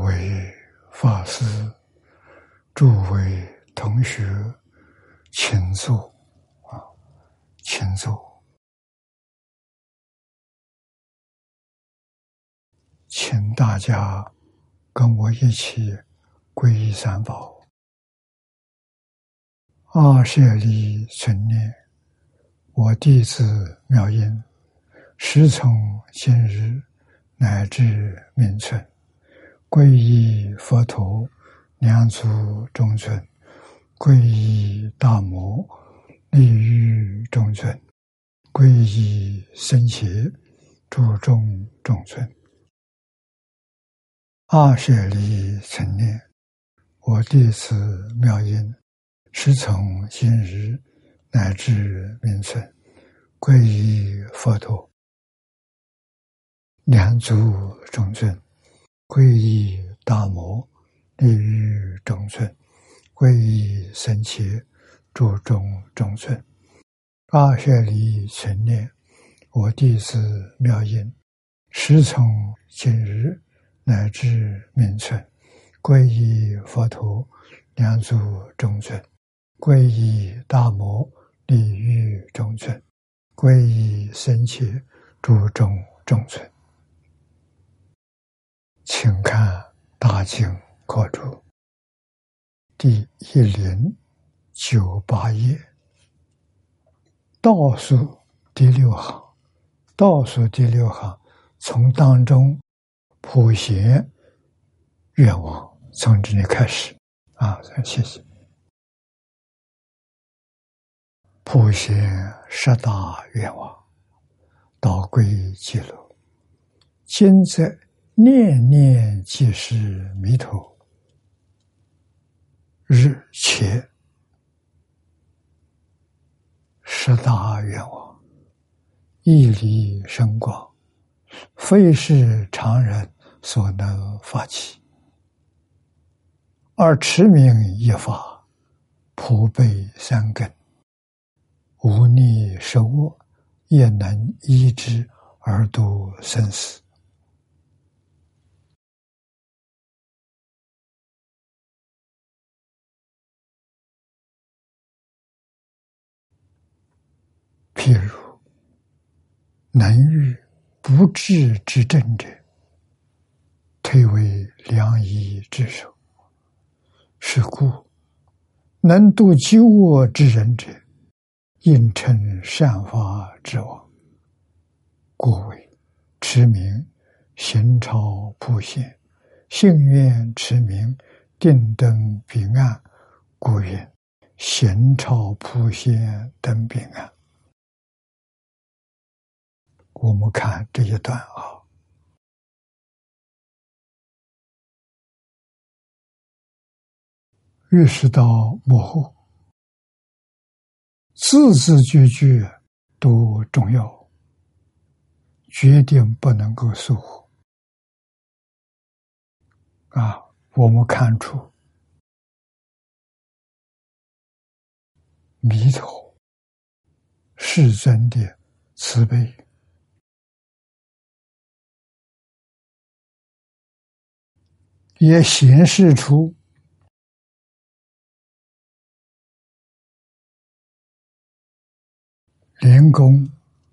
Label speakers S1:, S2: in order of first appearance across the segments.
S1: 位法师、诸位同学，请坐请坐，请大家跟我一起皈依三宝。阿舍利存念，我弟子妙音，时从今日乃至命存，皈依佛陀、两足中尊，皈依大摩、利欲中尊，皈依僧伽、诸众中尊。阿舍利存念，我弟子妙音，时从今日乃至命存，皈依佛陀、两足中尊，皈依大摩、利欲中尊，皈依僧伽、诸众中尊。阿舍利存念，我弟子妙音，时从今日乃至命存，皈依佛陀、两足中尊，皈依大摩、利欲中尊，皈依僧伽、诸众中尊。请看大经课注第1098页，倒数第6行，倒数第6行，从当中普贤愿望，从这里开始谢谢。普贤10大愿望，导归记录，今在念念即是弥陀，日切10大愿望，义理深广，非是常人所能发起，而持名一法，普被三根，无逆受恶，也能依之而度生死。譬如能遇不智之正者，推为良医之首。是故能度饥饿之人者，应称善法之王。故为持名行超普贤，信愿持名定登彼岸，故云行超普贤登彼岸。我们看这一段越是到幕后，字字句句都重要，决定不能够疏忽我们看出弥陀世尊的慈悲，也显示出灵公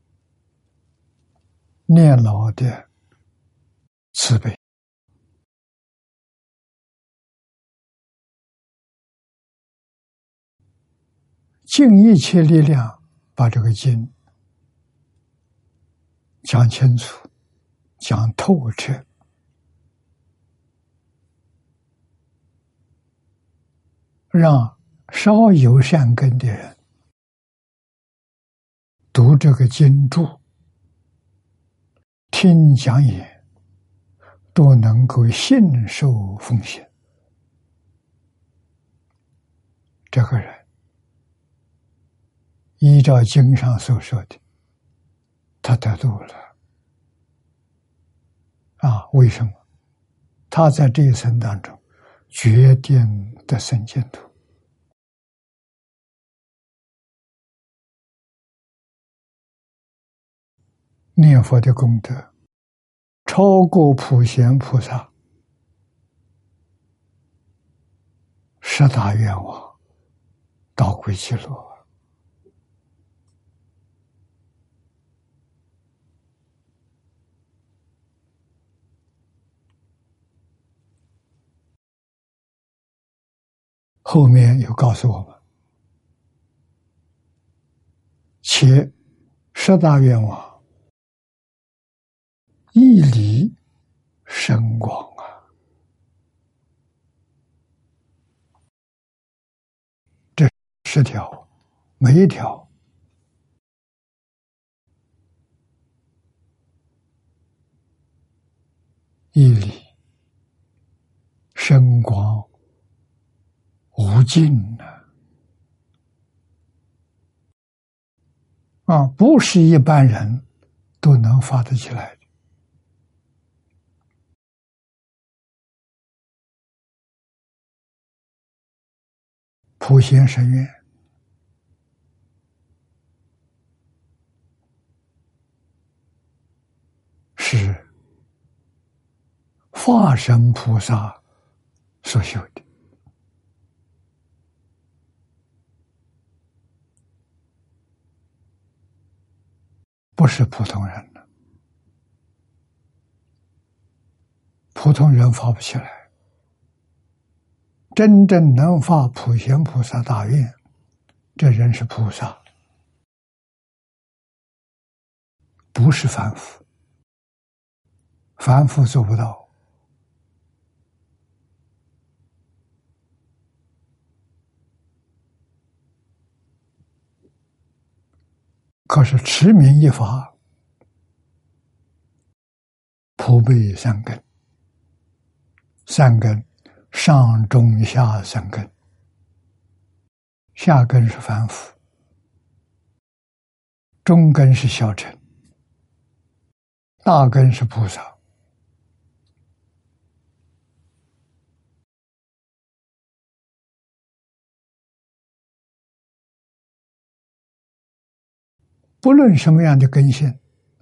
S1: 念老的慈悲。尽一切力量把这个经讲清楚，讲透彻，让稍有善根的人读这个经注、听讲演，都能够信受奉行。这个人依照经上所说的，他得度了为什么？他在这一生当中决定得生净土。念佛的功德超过普贤菩萨十大愿望到归极乐。后面又告诉我们，且十大愿望一理深广啊！这10条，每一条一理深广无尽啊！不是一般人都能发得起来的。普贤十愿是化身菩萨所修的，不是普通人的，普通人发不起来。真正能发普贤菩萨大愿，这人是菩萨，不是凡夫。凡夫做不到。可是持名一法，普被三根，三根上中下三根，下根是凡夫，中根是小乘，大根是菩萨。不论什么样的根性，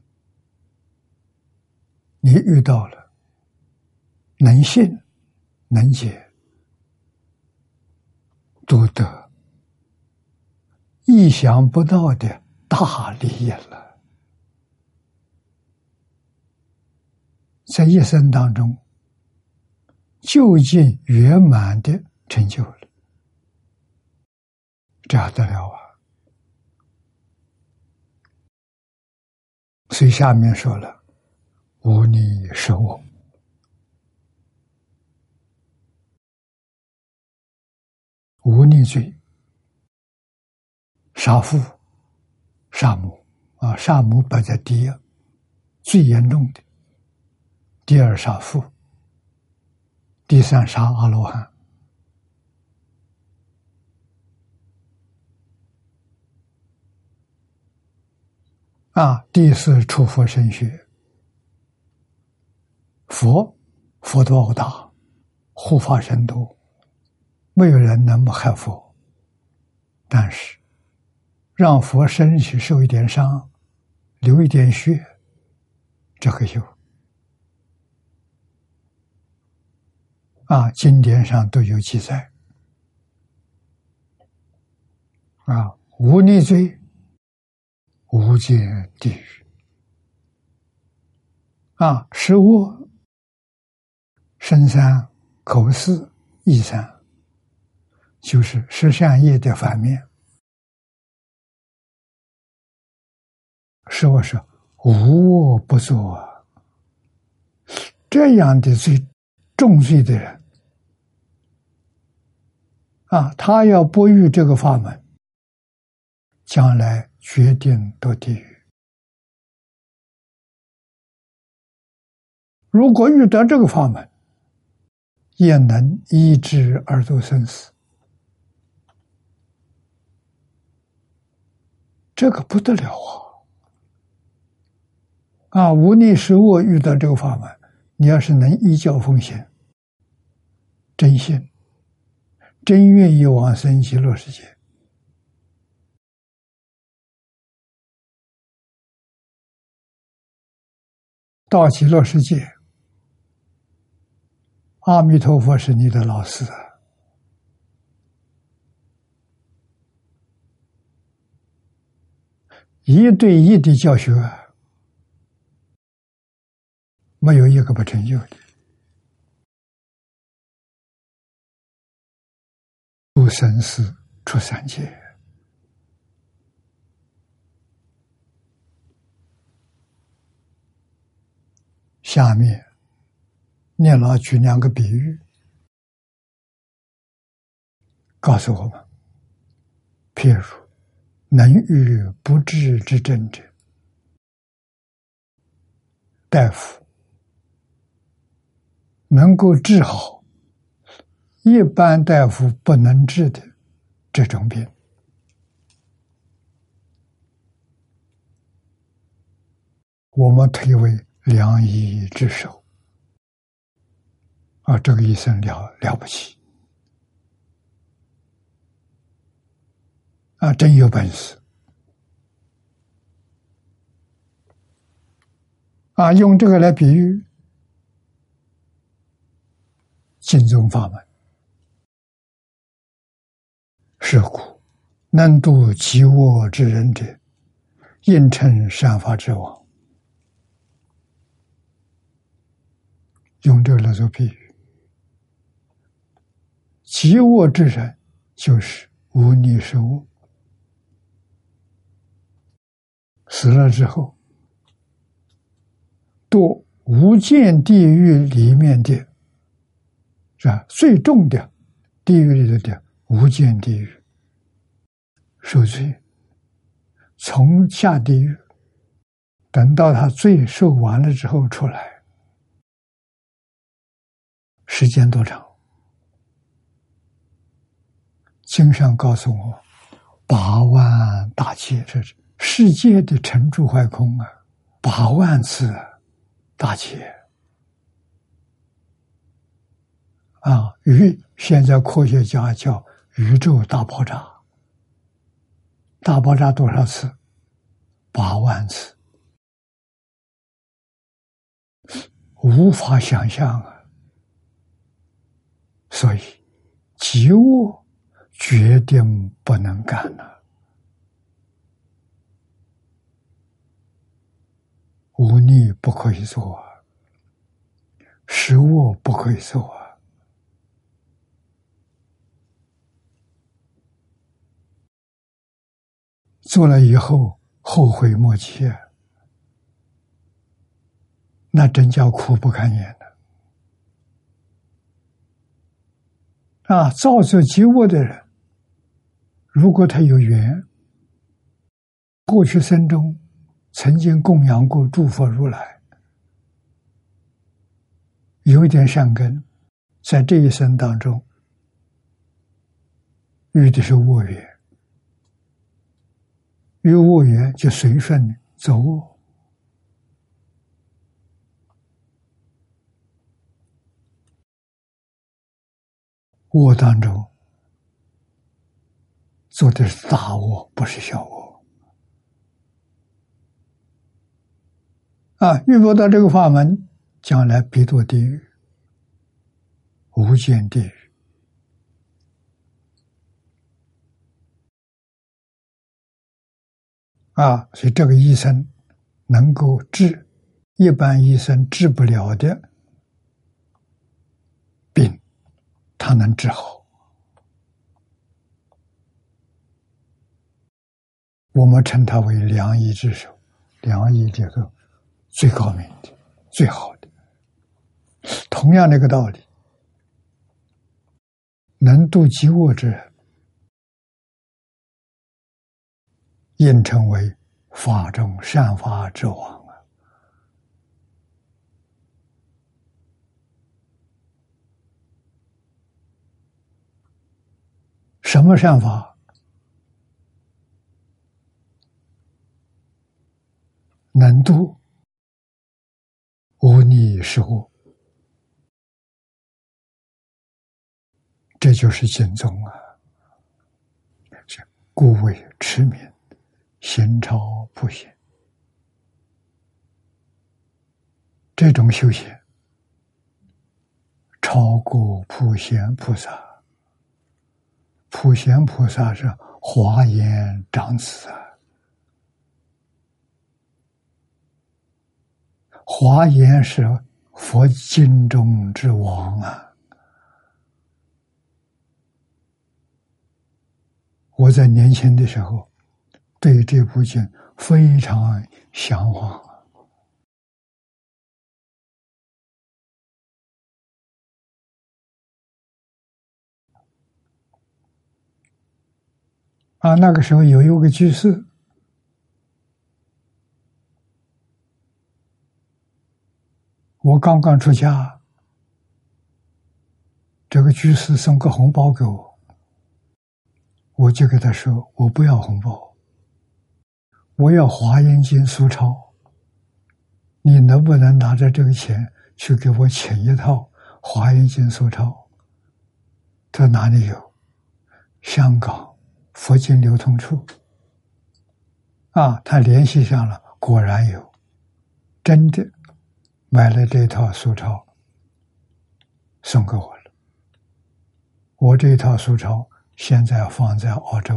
S1: 你遇到了，能信能解，都得意想不到的大利益了，在一生当中就近圆满的成就了，这还得了啊！所以下面说了，无逆是我，无逆罪，杀父杀母啊，杀母摆在第一，最严重的。第二杀父，第三杀阿罗汉。第四出佛身血，佛多大，护法神多，没有人能害佛，但是让佛身体受一点伤，流一点血，这个有经典上都有记载无逆罪，无间地狱食恶身三口四意三，就是十善业的反面。是我说无恶不作这样的重罪的人他要不遇这个法门，将来决定堕地狱。如果遇到这个法门，也能医治而度生死，这个不得了无逆是恶遇到这个法门，你要是能依教奉行，真信，真愿意往生极乐世界，到极乐世界，阿弥陀佛是你的老师 1对1的教学，没有一个不成就的。入生死，出三界。下面念老举2个比喻，告诉我们：譬如能愈不治之症者，大夫能够治好一般大夫不能治的这种病，我们推为良医之首。这个医生了不起真有本事用这个来比喻净宗法门。是故能度极恶之人者，应称善法之王。用这个来做比喻，极恶之人就是无逆是恶，死了之后堕无间地狱里面的是吧？最重的地狱里的无间地狱受罪，从下地狱等到他罪受完了之后出来，时间多长？经上告诉我，8万大劫，这是世界的成住坏空8万次大劫现在科学家叫宇宙大爆炸。大爆炸多少次？8万次，无法想象所以极恶决定不能干无逆不可以做实恶不可以做做了以后后悔莫及那真叫苦不堪言造作极恶的人，如果他有缘，过去生中曾经供养过诸佛如来，有一点善根，在这一生当中遇的是恶缘，遇恶缘就随顺走恶，恶当中做的是大恶，不是小恶遇不到这个法门，将来必堕地狱，无间地狱所以这个医生能够治一般医生治不了的病，他能治好。我们称他为良医之首，良医这个最高明的、最好的。同样的一个道理，能度极恶之人，应称为法中善法之王什么善法？能度无逆是恶，这就是净宗故为持名，行超普贤。这种修行超过普贤菩萨。普贤菩萨是华严长子华严是佛经中之王啊！我在年轻的时候对这部经非常向往啊！那个时候有一个居士，我刚刚出家，这个居士送个红包给我，我就给他说：“我不要红包，我要华严经书钞。你能不能拿着这个钱去给我请一套华严经书钞？”他说：“哪里有？香港佛经流通处。”啊，他联系上了，果然有，真的买了这套书钞送给我了。我这套书钞现在放在澳洲。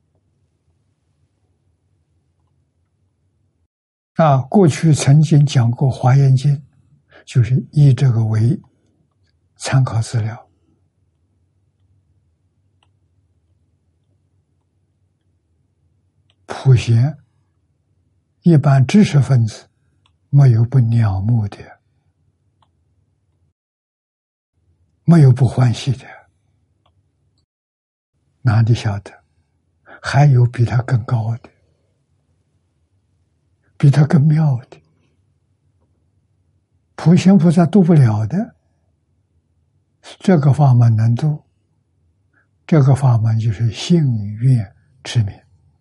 S1: 啊，过去曾经讲过《华严经》，就是以这个为参考资料。普贤一般知识分子没有不仰慕的，没有不欢喜的，哪里晓得还有比他更高的，比他更妙的，普贤菩萨度不了的。这个法门能度，这个法门就是信愿持名。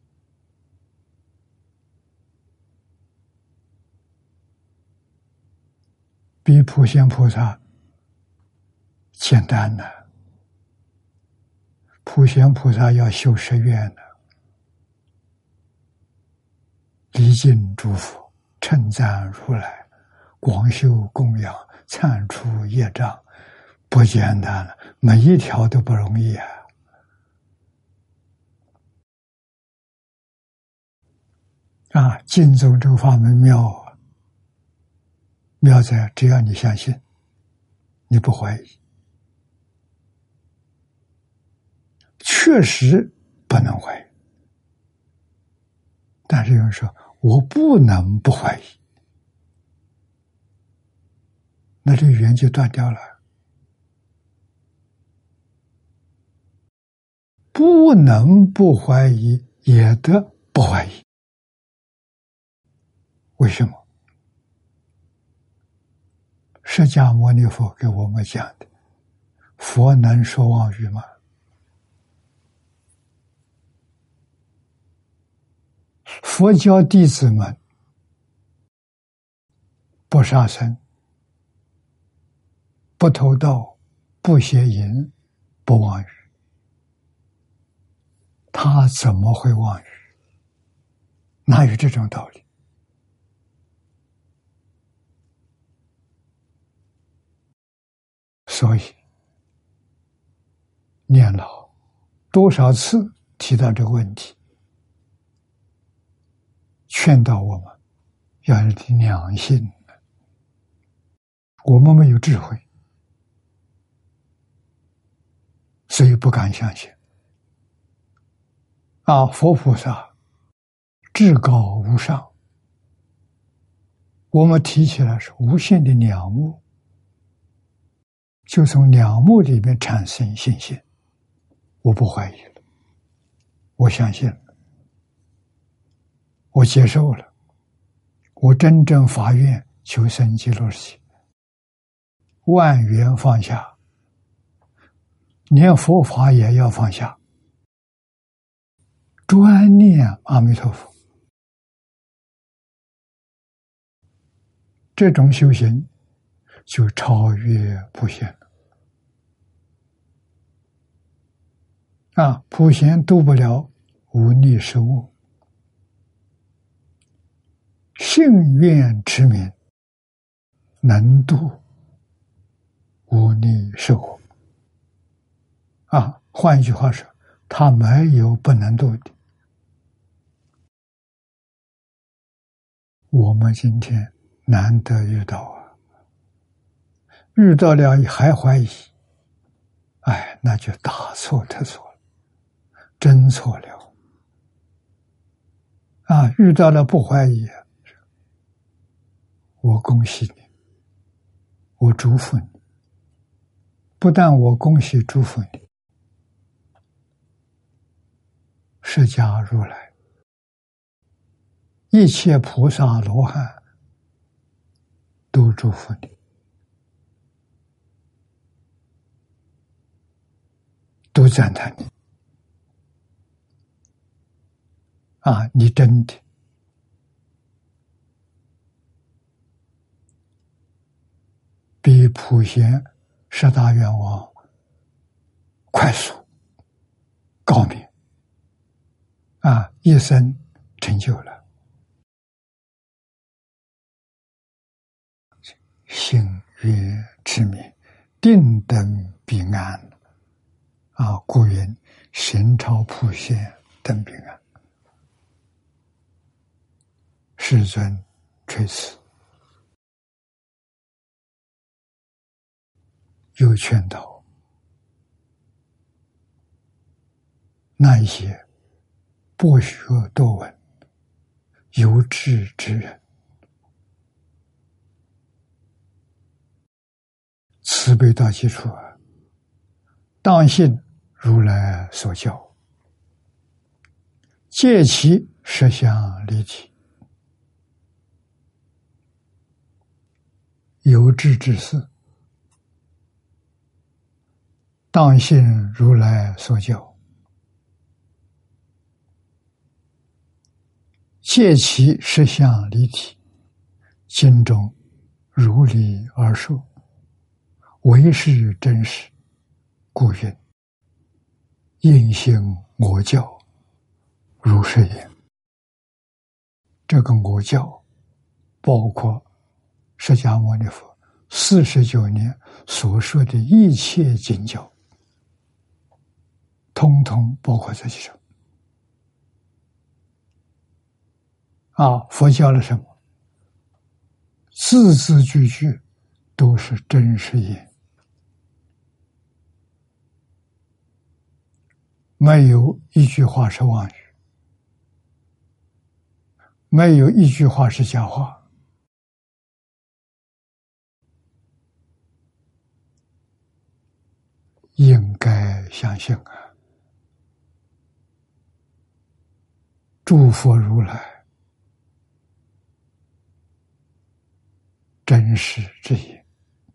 S1: 比普贤菩萨简单呢。普贤菩萨要修十愿呢，礼敬诸佛，称赞如来，广修供养，忏除业障，不简单了，每一条都不容易啊！啊，净宗这个法门妙啊，妙在只要你相信，你不怀疑，确实不能怀疑。但是有人说我不能不怀疑，那这个缘就断掉了。不能不怀疑，也得不怀疑。为什么？释迦牟尼佛给我们讲的，佛能说妄语吗？佛教弟子们不杀生，不偷盗，不邪淫，不妄语，他怎么会妄语？哪有这种道理？所以念老多少次提到这个问题，劝导我们要有良心。我们没有智慧，所以不敢相信。啊，佛菩萨至高无上，我们提起来是无限的仰慕，就从仰慕里面产生信心。我不怀疑了，我相信了，我接受了，我真正发愿求生极乐世界，万缘放下，连佛法也要放下，专念阿弥陀佛。这种修行就超越普贤了。啊，普贤度不了无逆失物，信愿持名能度无逆失物。啊，换一句话说，他没有不能度的。我们今天难得遇到啊！遇到了还怀疑，哎，那就大错特错了，真错了啊！遇到了不怀疑，我恭喜你，我祝福你。不但我恭喜祝福你，释迦如来、一切菩萨罗汉都祝福你，都赞叹你啊！你真的比普贤十大愿王快速高明啊！一生成就了信愿持名定等彼岸啊！故云行超普贤等彼岸，世尊垂赐，又劝导那一些博学多闻、有志之人，慈悲到基础啊，当信如来所教，戒其实相离体，有志之士，当信如来所教，戒其实相离体，经中如理而受，唯是真实，故云应行我教，如是也。这个我教包括释迦牟尼佛49年所说的一切经教，通通包括在其中啊！佛教了什么？字字句句都是真实言，没有一句话是妄语，没有一句话是假话。应该相信啊！诸佛如来真实之言。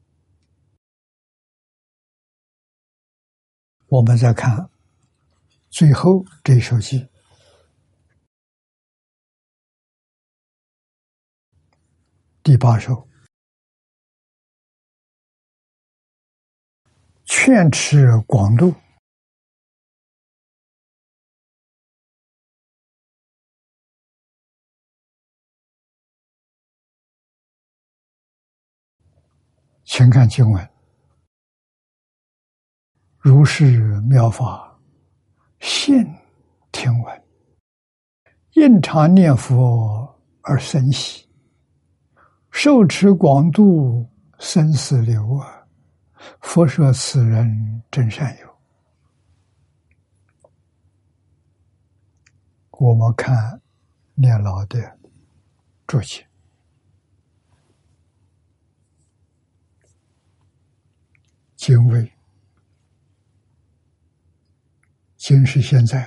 S1: 我们再看最后这一首偈，第8首，劝持广度，请看经文：如是妙法，现听闻，应常念佛而生喜，受持广度生死流啊！佛说此人真善友。我们看念老的注解，经纬，经是现在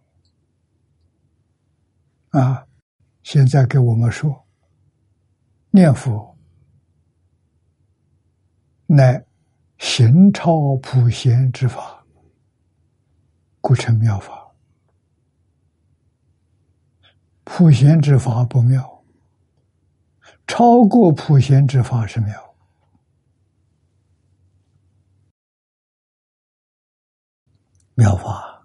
S1: 啊，现在给我们说，念佛乃行超普贤之法，故称妙法。普贤之法不妙，超过普贤之法是妙。妙法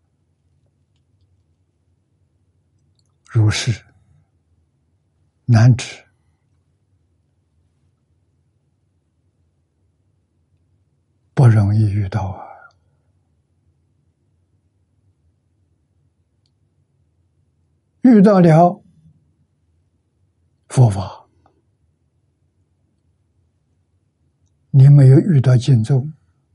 S1: 如是难知，不容易遇到啊！遇到了佛法， 你没有遇到净宗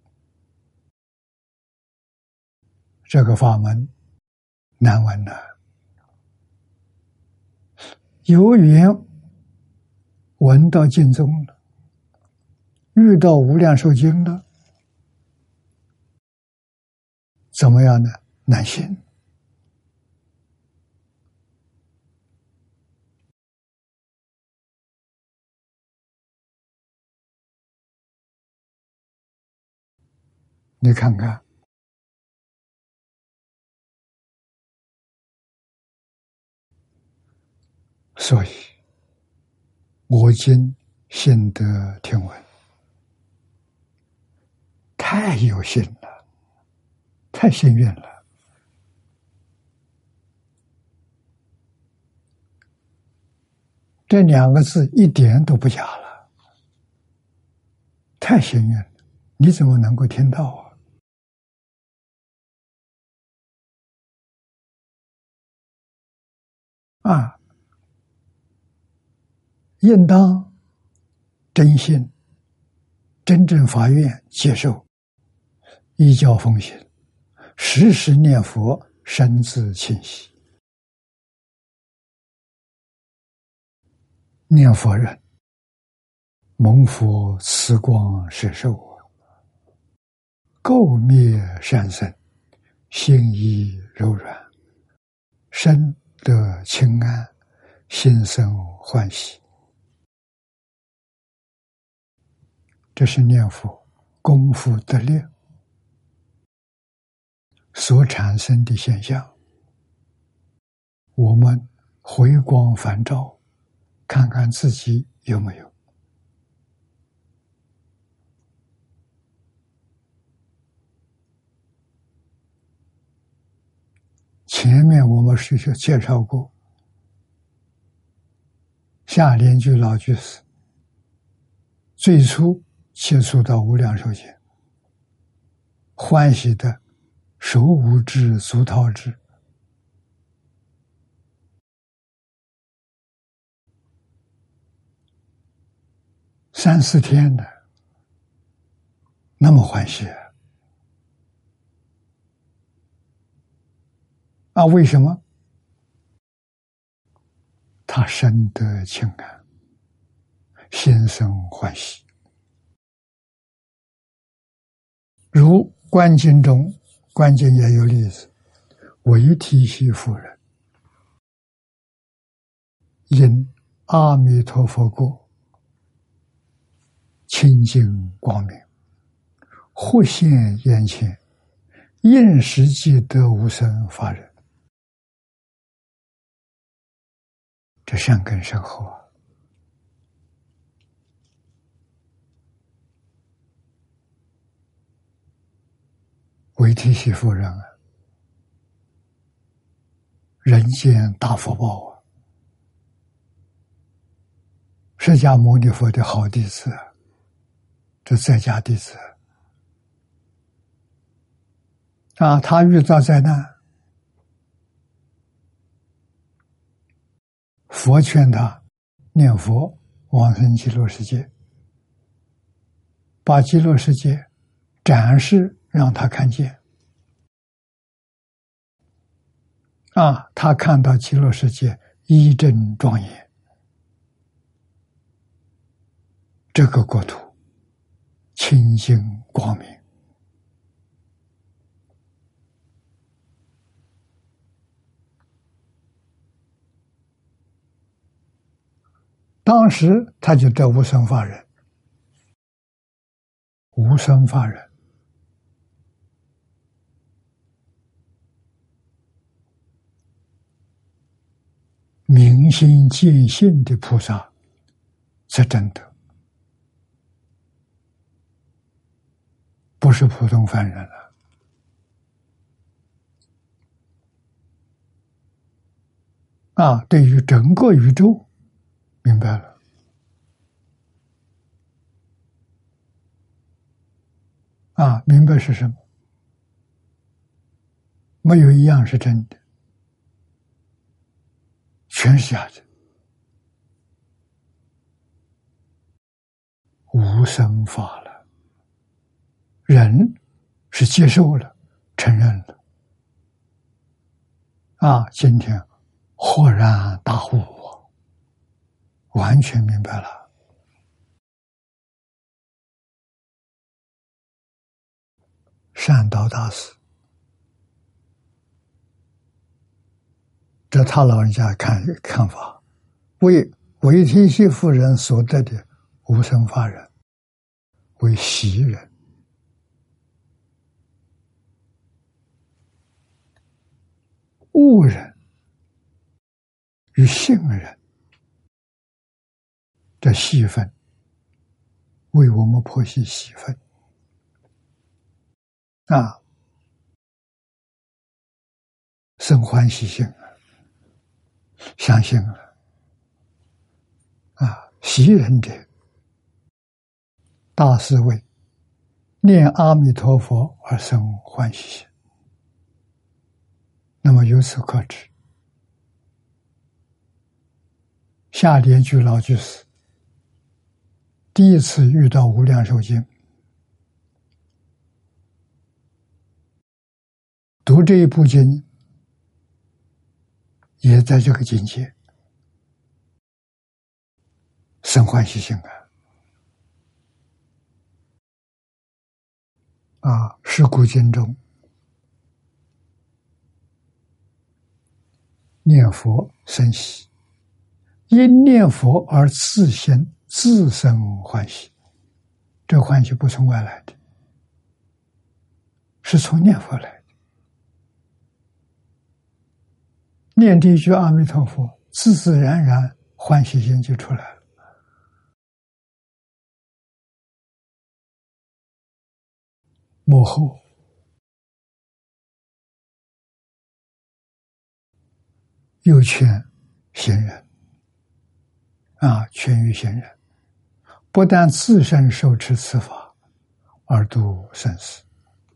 S1: 这个法门，难闻了。有缘闻到净宗了，遇到无量寿经了，怎么样呢？难信。你看看，所以我今信得听闻，太有幸了，太幸运了。这两个字一点都不假了，太幸运了。你怎么能够听到啊？啊，应当真心真正发愿接受，依教奉行，时时念佛，身自清晰。念佛人蒙佛慈光摄受，垢灭善生，心意柔软，身得清安，心生欢喜。这是念佛功夫得力所产生的现象。我们回光返照，看看自己有没有。前面我们是介绍过，夏莲居老居士最初接触到无量寿经，欢喜的手舞之，足蹈之，3、4天的，那么欢喜啊！为什么？他深得情感，心生欢喜。如观经中，观经也有例子，韦提希夫人因阿弥陀佛国清净光明，或现眼前，应时即得无生法忍。这善根深厚啊！韦提希夫人啊，人间大福报啊！释迦牟尼佛的好弟子，这在家弟子啊，他遇到灾难，佛劝他念佛往生极乐世界，把极乐世界展示让他看见啊，他看到极乐世界一真庄严，这个国土清净光明，当时他就得无生法忍。无生法忍明心见性的菩萨才真的，不是普通凡人了啊！对于整个宇宙明白了啊！明白是什么？没有一样是真的，全是假的。无生法了。 人是接受了、承认了。今天豁然大悟，完全明白了。善导大师，这他老人家看法，为为天系夫人所得的无生法忍为习人，悟人与性人的细分，为我们剖析细分生欢喜心相信了习人者，大师为念阿弥陀佛而生欢喜心。那么由此可知，下联句老居士第一次遇到无量寿经，读这一部经，也在这个境界生欢喜心是故经中念佛生喜，因念佛而自心自生欢喜。这欢喜不从外来的，是从念佛来的。念这一句阿弥陀佛，自自然然欢喜心就出来了。幕后又劝贤人劝喻贤人，不但自身受持此法，而度生死，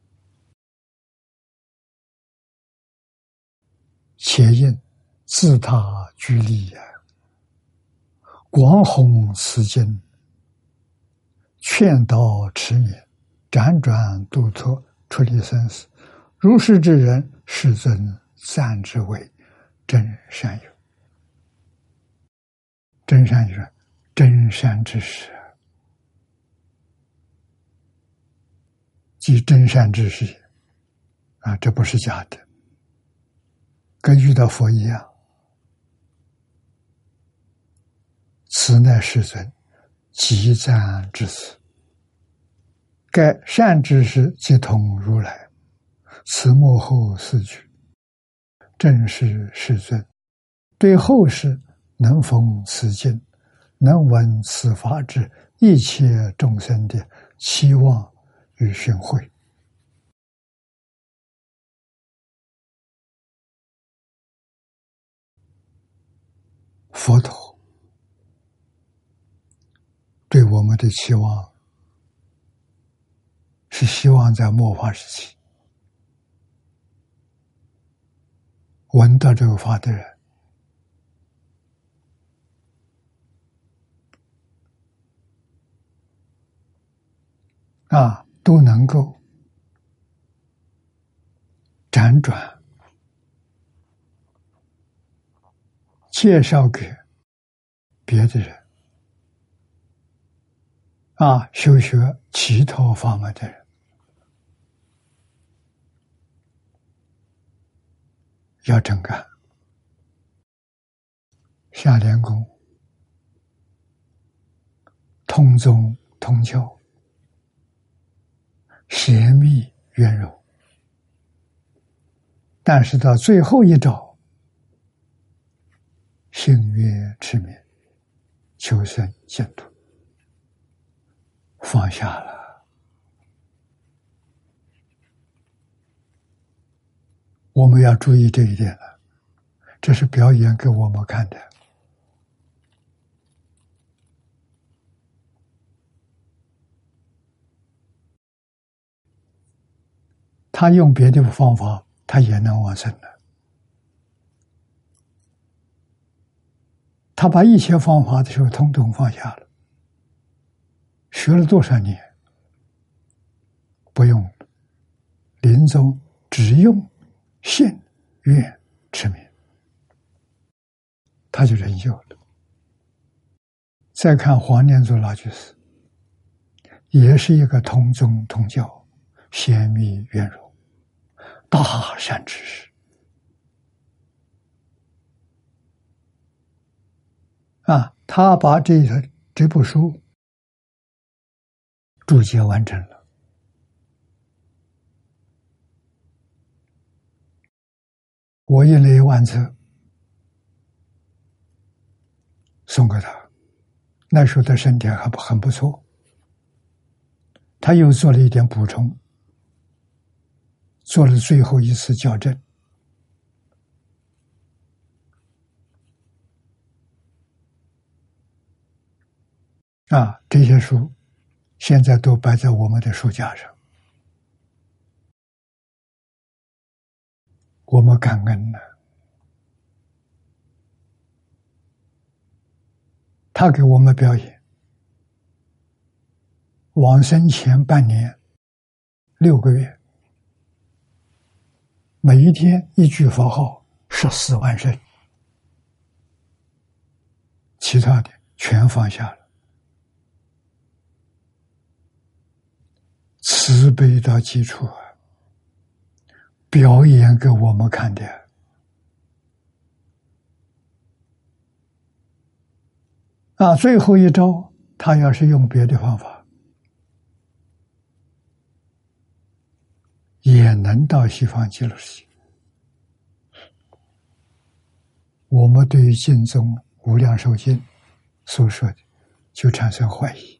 S1: 且应自他居利广弘此经，劝导持勉，辗转度脱，出离生死。如是之人，世尊赞之为真善友。真善就是真善之事，即真善之事这不是假的，跟遇到佛一样。此乃世尊极赞之词，该善知识即同如来，此幕后四句，正是世尊对后世能逢此经，能闻此法之一切众生的期望与寻会。佛陀对我们的期望是希望在末法时期闻到这个法的人都能够辗转介绍给别的人修学其他法门的人，要真干。下莲公通宗通教，邪密圆融，但是到最后一招，信愿持勉，求生净土，放下了。我们要注意这一点了，这是表演给我们看的。他用别的方法，他也能往生的。他把一切方法的时候，统统放下了。学了多少年， 不用了，临终只用信愿持名，他就成就了。再看黄念祖老居士，也是一个同宗同教、显密圆融、大善之士啊！他把这部书注解完成了，我印了1万册送给他。那时候的身体还很不错，他又做了一点补充，做了最后一次校正。这些书现在都摆在我们的书架上，我们感恩呢。他给我们表演，往生前半年6个月，每一天一句佛号14万声，其他的全放下了，慈悲到基础啊，表演给我们看的。最后一招，他要是用别的方法，也能到西方极乐世界。我们对于净宗无量寿经所说的，就产生怀疑。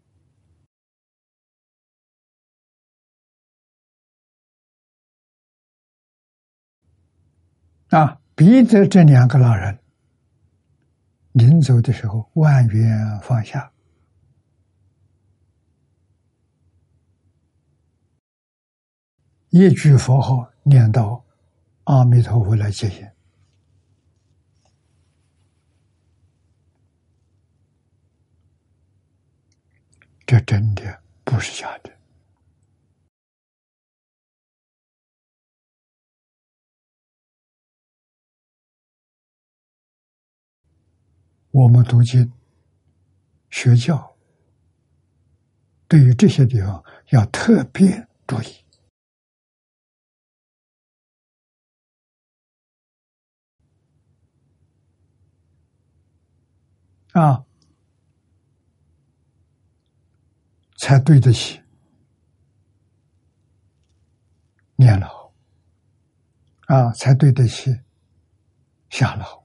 S1: 逼着这2个老人临走的时候万缘放下，一句佛号念到阿弥陀佛来接引，这真的不是假的。我们读经学教，对于这些地方要特别注意。才对得起念老才对得起下老，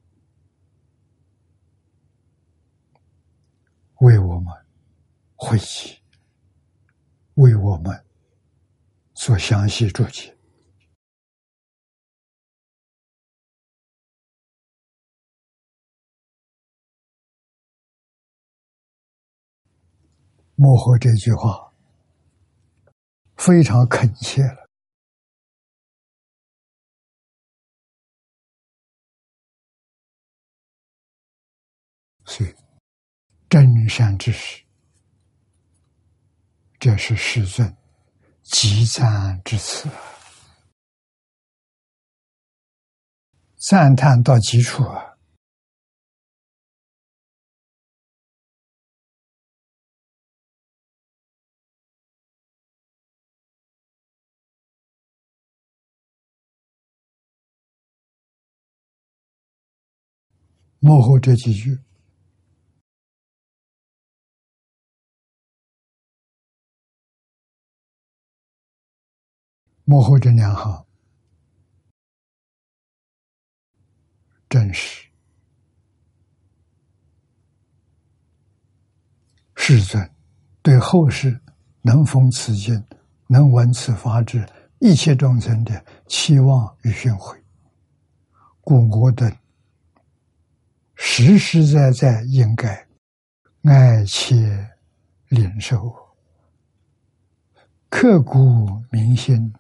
S1: 为我们汇集，为我们做详细注解。幕后这句话非常恳切了，所以真善之事，这是世尊极赞之词，赞叹到极处啊！幕后这几句，幕后这2行，真是世尊对后世能逢此经、能闻此法之一切众生的期望与训诲，故我等实实在在应该爱切领受，刻骨铭心，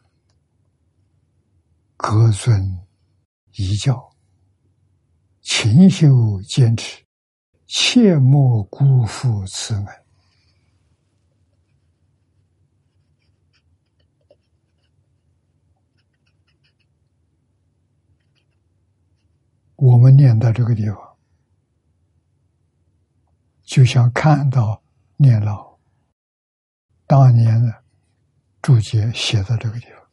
S1: 格尊遗教，勤修坚持，切莫辜负此恩。 我们念到这个地方，就像看到念老当年的注解写在这个地方。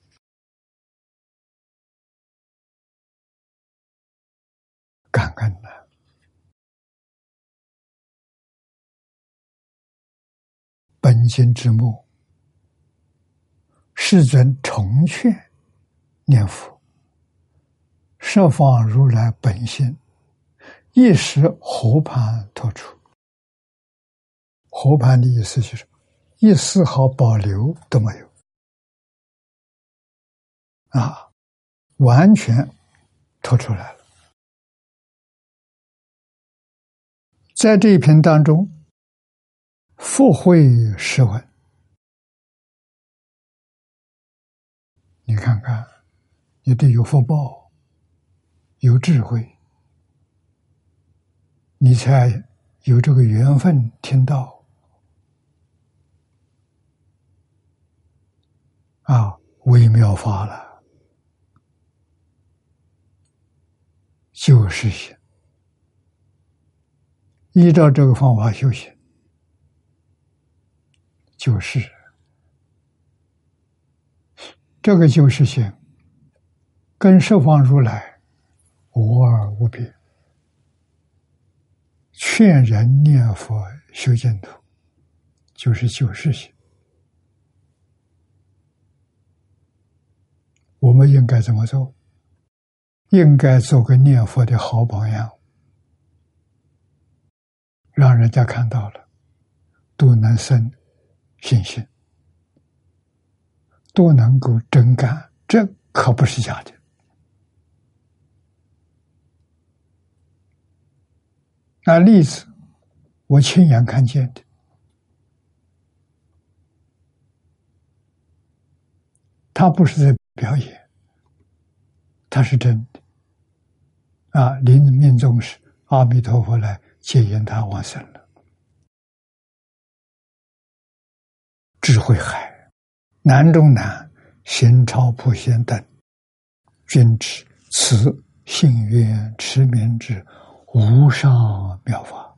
S1: 感恩呐！本经之末，世尊重劝念佛，十方如来本性，一时河畔脱出。河畔的意思就是一丝毫保留都没有啊，完全脱出来了。在这一篇当中，复会实闻，你看看，你得有福报，有智慧，你才有这个缘分听到啊，微妙法了，就是行。依照这个方法修行，就是这个就是行，跟十方如来无二无别。劝人念佛修净土，就是就是行。我们应该怎么做？应该做个念佛的好榜样，让人家看到了，都能生信心，都能够真干，这可不是假的。那例子，我亲眼看见的，他不是在表演，他是真的。啊，临命终时，阿弥陀佛来接引他往生了。智慧海，难中难，行超普贤等，均知此信愿持名之无上妙法。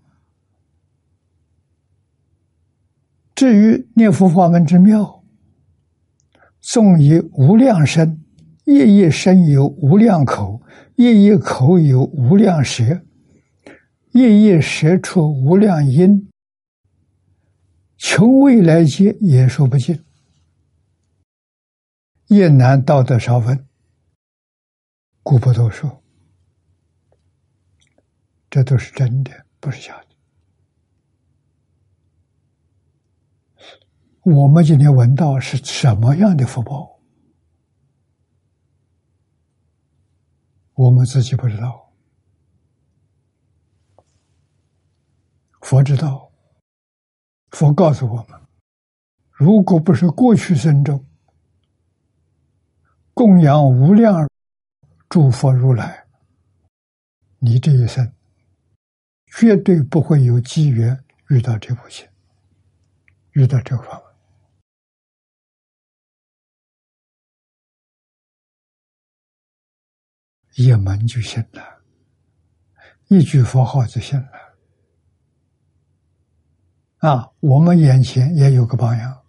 S1: 至于念佛法门之妙，纵以无量身，夜夜身有无量口，夜夜口有无量舌，夜夜舌出无量音，穷未来劫也说不尽，夜难道得少分，故不多说。这都是真的，不是假的。我们今天闻到是什么样的福报，我们自己不知道，佛知道。佛告诉我们，如果不是过去生中供养无量诸佛如来，你这一生绝对不会有机缘遇到这部经，遇到这个法门。一门就行了，一句佛号就行了。啊，我们眼前也有个榜样，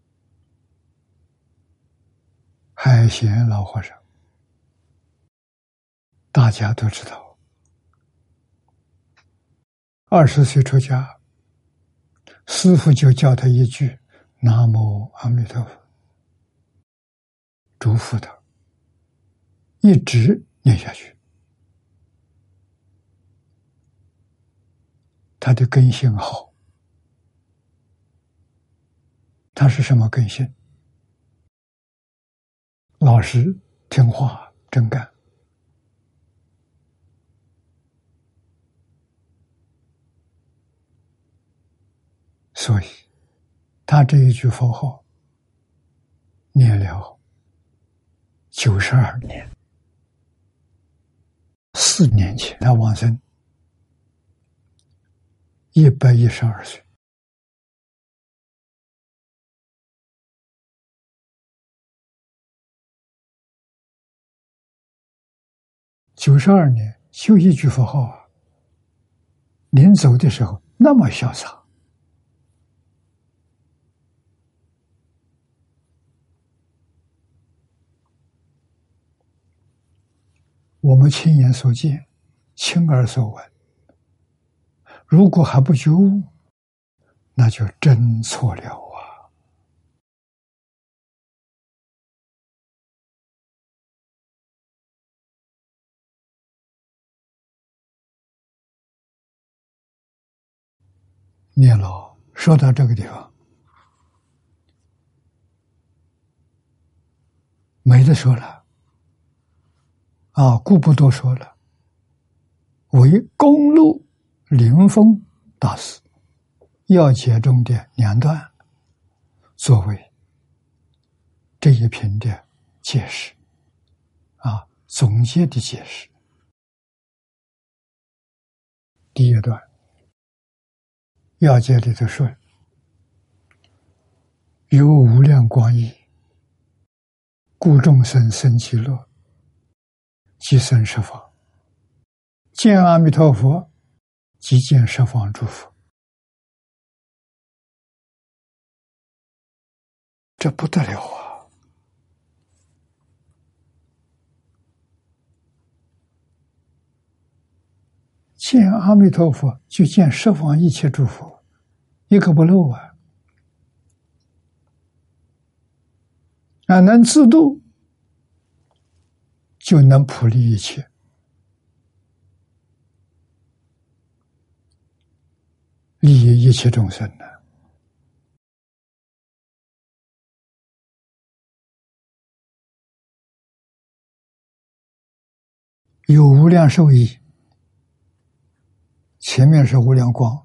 S1: 海贤老和尚，大家都知道，20岁出家，师父就教他一句南无阿弥陀佛，嘱咐他一直念下去，他的根性好。他是什么根性？老实、听话、真干。所以，他这一句佛号念了92年，4年前他往生，112岁。92年修一句佛号啊，临走的时候那么潇洒。我们亲眼所见，亲耳所闻，如果还不觉悟，那就真错了啊！聂老说到这个地方，没得说了啊，故不多说了。为公路临风大师要解中的两段，作为这一篇的解释啊，总结的解释。第一段要解里头说，有无量光义，故众生生其乐，即生十方。见阿弥陀佛，即见十方诸佛。这不得了啊！见阿弥陀佛，就见十方一切诸佛，一个不漏啊！能自度，就能普利一切。利益一切众生呢？有无量寿益，前面是无量光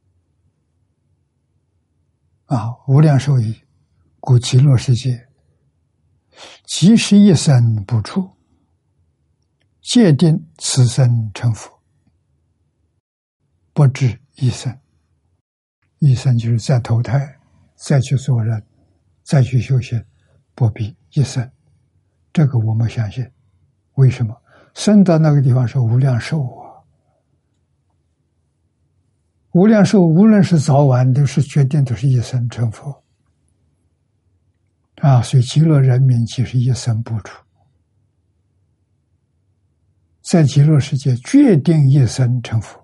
S1: 啊，无量寿益，故极乐世界，即使一生不出，戒定此生成佛，不至一生。一生就是再投胎，再去做人，再去修行，不必一生。这个我们相信。为什么？生到那个地方是无量寿啊！无量寿无论是早晚都是决定都是一生成佛啊！所以极乐人民即是一生不出，在极乐世界决定一生成佛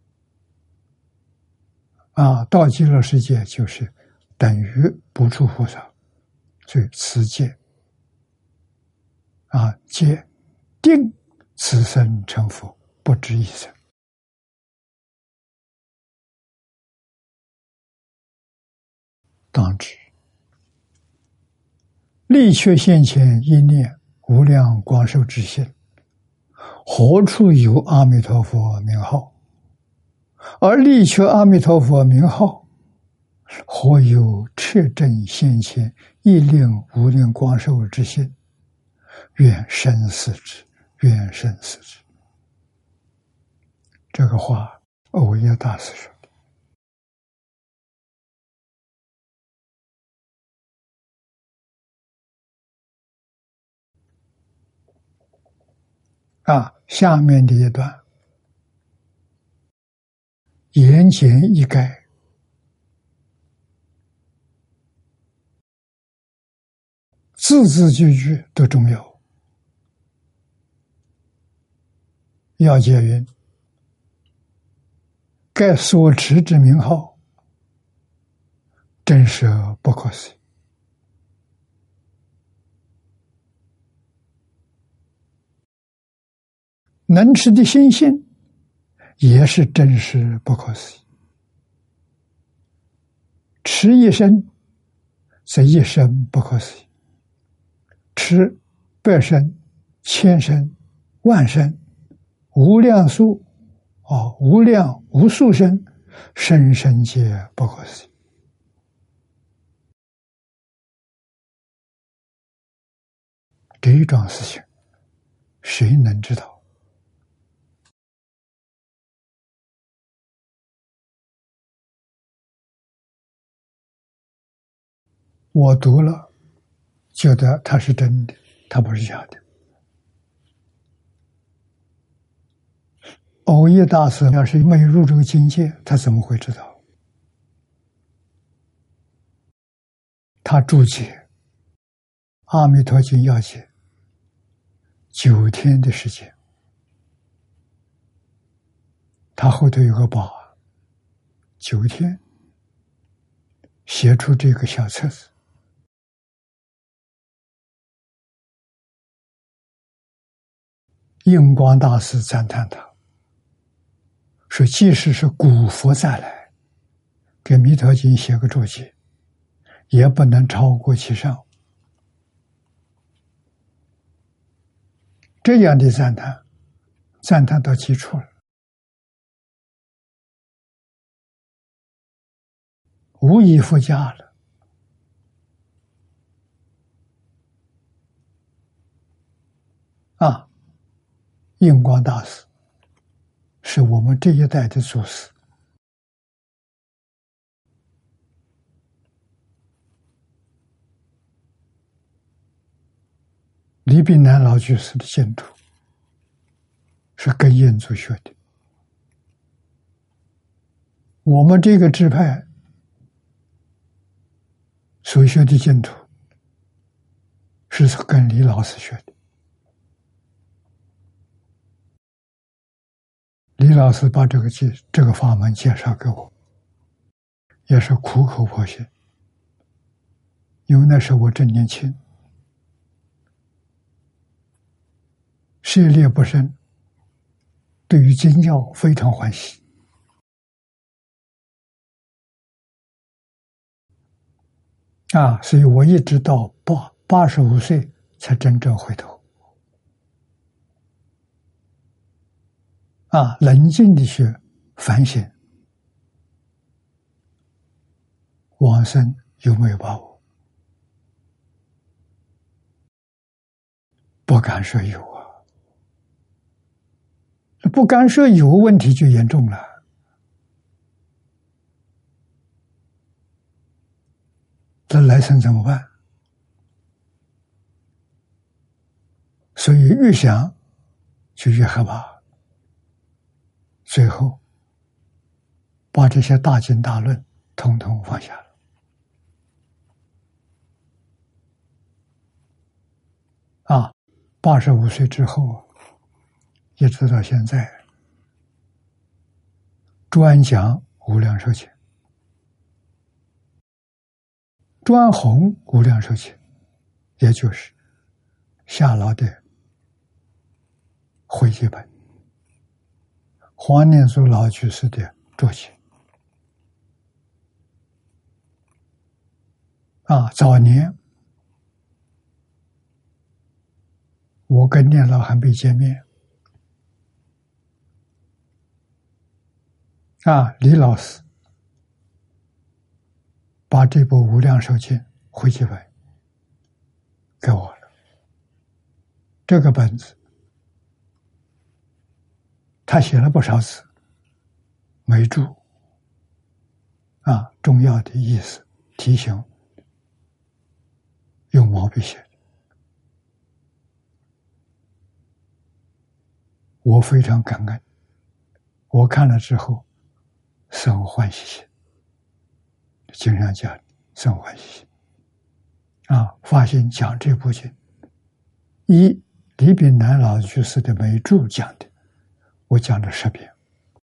S1: 啊！到极乐世界就是等于不出菩萨，所以此界啊，界定此生成佛，不止一生。当知力却现前一念无量光寿之心，何处有阿弥陀佛名号？而力却阿弥陀佛名号，何有彻正现前一令无量光寿之心？愿生死之，愿生死之。这个话欧耶大师说的啊。下面的一段言简意赅，字字句句都重要。要解云：盖所持之名号，真实而不可思议。能持的心性也是真实不可思议。持一生，则一生不可思议；持百生、千生、万生、无量数无量无数生，生生皆不可思议。这一桩事情，谁能知道？我读了，觉得它是真的，它不是假的。 藕益大师要是没入这个境界，他怎么会知道？他注解《阿弥陀经要解》9天的时间，他后头有个宝，9天写出这个小册子。印光大师赞叹他，说即使是古佛再来给《弥陀经》写个注解，也不能超过其上。这样的赞叹，赞叹到极处了，无以复加了。印光大师是我们这一代的祖师，李炳南老居士的净土是跟印祖学的。我们这个支派所学的净土是跟李老师学的。李老师把这个法门介绍给我，也是苦口婆心，因为那时候我正年轻，涉猎不深，对于经教非常欢喜。所以我一直到85岁才真正回头。冷静地去反省，往生有没有把握？不敢说有啊，不敢说有问题就严重了。这来生怎么办？所以越想就越害怕。最后把这些大经大论统统放下了。85岁之后，一直到现在，专讲无量寿经，专弘无量寿经，也就是夏老的汇集本，黄念祖老居士的注解。早年我跟念老还没见面，李老师把这部《无量寿经》汇集本给我了。这个本子他写了不少字，没注重要的意思提醒，用毛笔写的。我非常感恩，我看了之后生欢喜心，经常讲生欢喜心发心讲这部经。以李炳南老居士的每注讲的，我讲了10遍。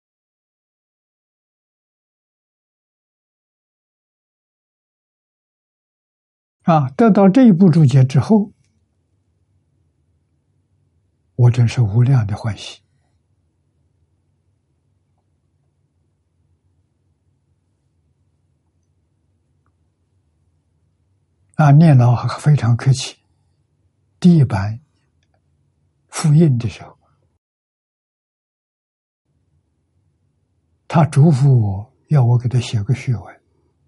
S1: 得到这一部注解之后，我真是无量的欢喜。念老还非常客气，第一版复印的时候，他嘱咐我要我给他写个序文。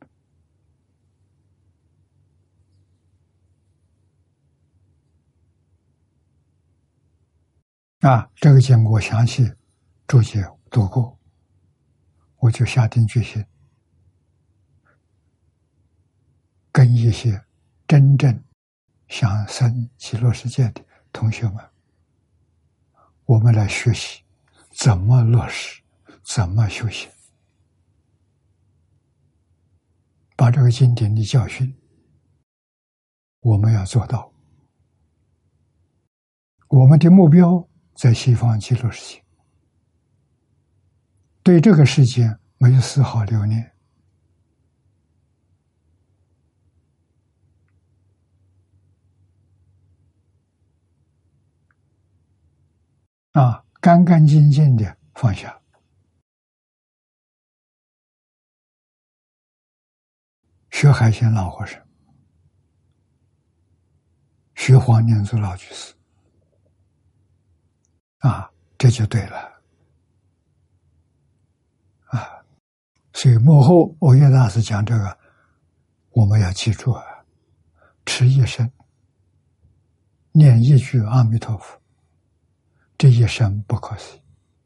S1: 这个经过详细注解读过，我就下定决心，跟一些真正想生极乐世界的同学们，我们来学习怎么落实，怎么修行，把这个经典的教训我们要做到。我们的目标在西方极乐世界，对这个世界没有丝毫留恋。干干净净的放下。学海鲜老和尚，学黄念祖老居士，这就对了。所以幕后欧耶大师讲这个，我们要记住持一生，念一句阿弥陀佛，这一生不可思议。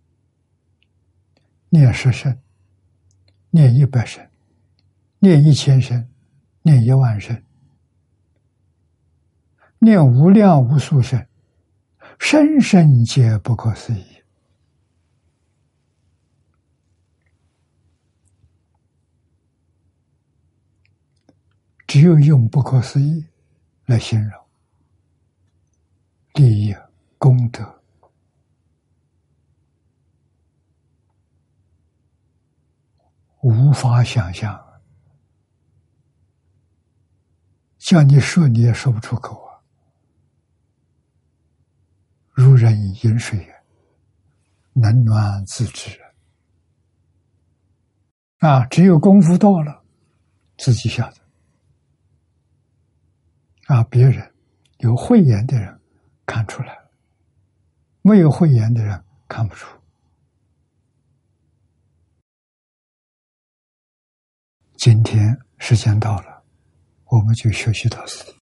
S1: 念10声，念100声，念1000声，念10000声，念无量无数声，声声皆不可思议。只有用不可思议来形容利益功德，无法想象，叫你说你也说不出口如人饮水，冷暖自知只有功夫到了，自己晓得别人有慧眼的人看出来，没有慧眼的人看不出。今天时间到了，我们就学习到此。